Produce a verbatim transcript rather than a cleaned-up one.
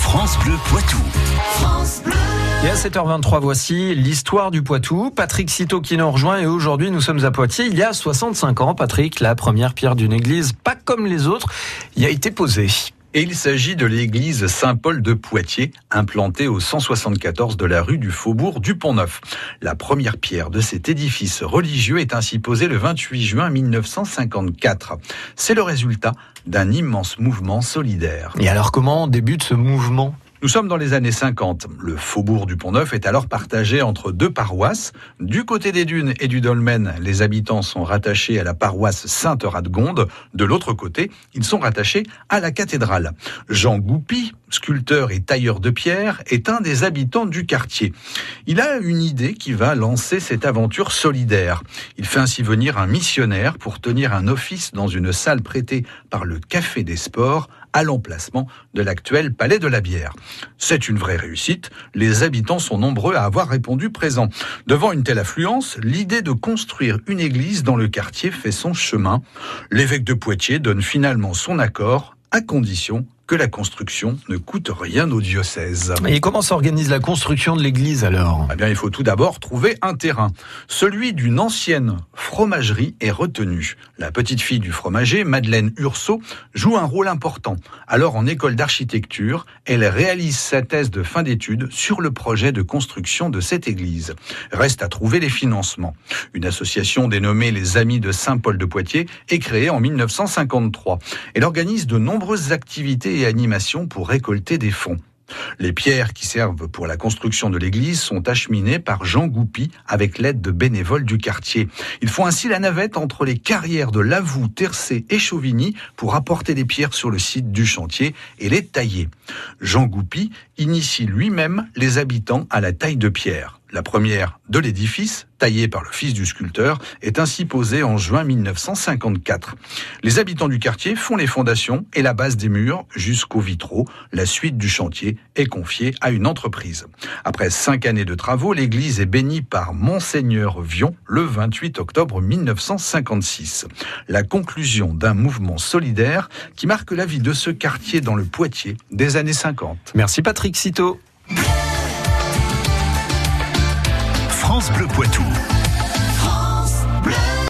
France Bleu Poitou. France Bleu. Et à sept heures vingt-trois, voici l'histoire du Poitou. Patrick Citeaux qui nous rejoint et aujourd'hui nous sommes à Poitiers. Il y a soixante-cinq ans, Patrick, la première pierre d'une église, pas comme les autres, y a été posée. Et il s'agit de l'église Saint-Paul de Poitiers, implantée au cent soixante-quatorze de la rue du Faubourg du Pont-Neuf. La première pierre de cet édifice religieux est ainsi posée le vingt-huit juin mille neuf cent cinquante-quatre. C'est le résultat d'un immense mouvement solidaire. Et alors comment débute ce mouvement ? Nous sommes dans les années cinquante. Le faubourg du Pont-Neuf est alors partagé entre deux paroisses. Du côté des dunes et du dolmen, les habitants sont rattachés à la paroisse Sainte-Radegonde. De l'autre côté, ils sont rattachés à la cathédrale. Jean Goupy, sculpteur et tailleur de pierre, est un des habitants du quartier. Il a une idée qui va lancer cette aventure solidaire. Il fait ainsi venir un missionnaire pour tenir un office dans une salle prêtée par le Café des Sports, à l'emplacement de l'actuel Palais de la Bière. C'est une vraie réussite. Les habitants sont nombreux à avoir répondu présent. Devant une telle affluence, l'idée de construire une église dans le quartier fait son chemin. L'évêque de Poitiers donne finalement son accord, à condition que la construction ne coûte rien au diocèse. Et comment s'organise la construction de l'église alors ? Eh bien, il faut tout d'abord trouver un terrain. Celui d'une ancienne fromagerie est retenu. La petite fille du fromager, Madeleine Ursault, joue un rôle important. Alors, en école d'architecture, elle réalise sa thèse de fin d'études sur le projet de construction de cette église. Reste à trouver les financements. Une association dénommée les Amis de Saint-Paul de Poitiers est créée en mille neuf cent cinquante-trois. Elle organise de nombreuses activités et animations pour récolter des fonds. Les pierres qui servent pour la construction de l'église sont acheminées par Jean Goupy avec l'aide de bénévoles du quartier. Ils font ainsi la navette entre les carrières de Lavoux, Tercé et Chauvigny pour apporter les pierres sur le site du chantier et les tailler. Jean Goupy initie lui-même les habitants à la taille de pierre. La première de l'édifice, taillée par le fils du sculpteur, est ainsi posée en juin mille neuf cent cinquante-quatre. Les habitants du quartier font les fondations et la base des murs jusqu'aux vitraux. La suite du chantier est confiée à une entreprise. Après cinq années de travaux, l'église est bénie par Monseigneur Vion le vingt-huit octobre mille neuf cent cinquante-six. La conclusion d'un mouvement solidaire qui marque la vie de ce quartier dans le Poitiers des années cinquante. Merci Patrick Citeaux. France Bleu Poitou.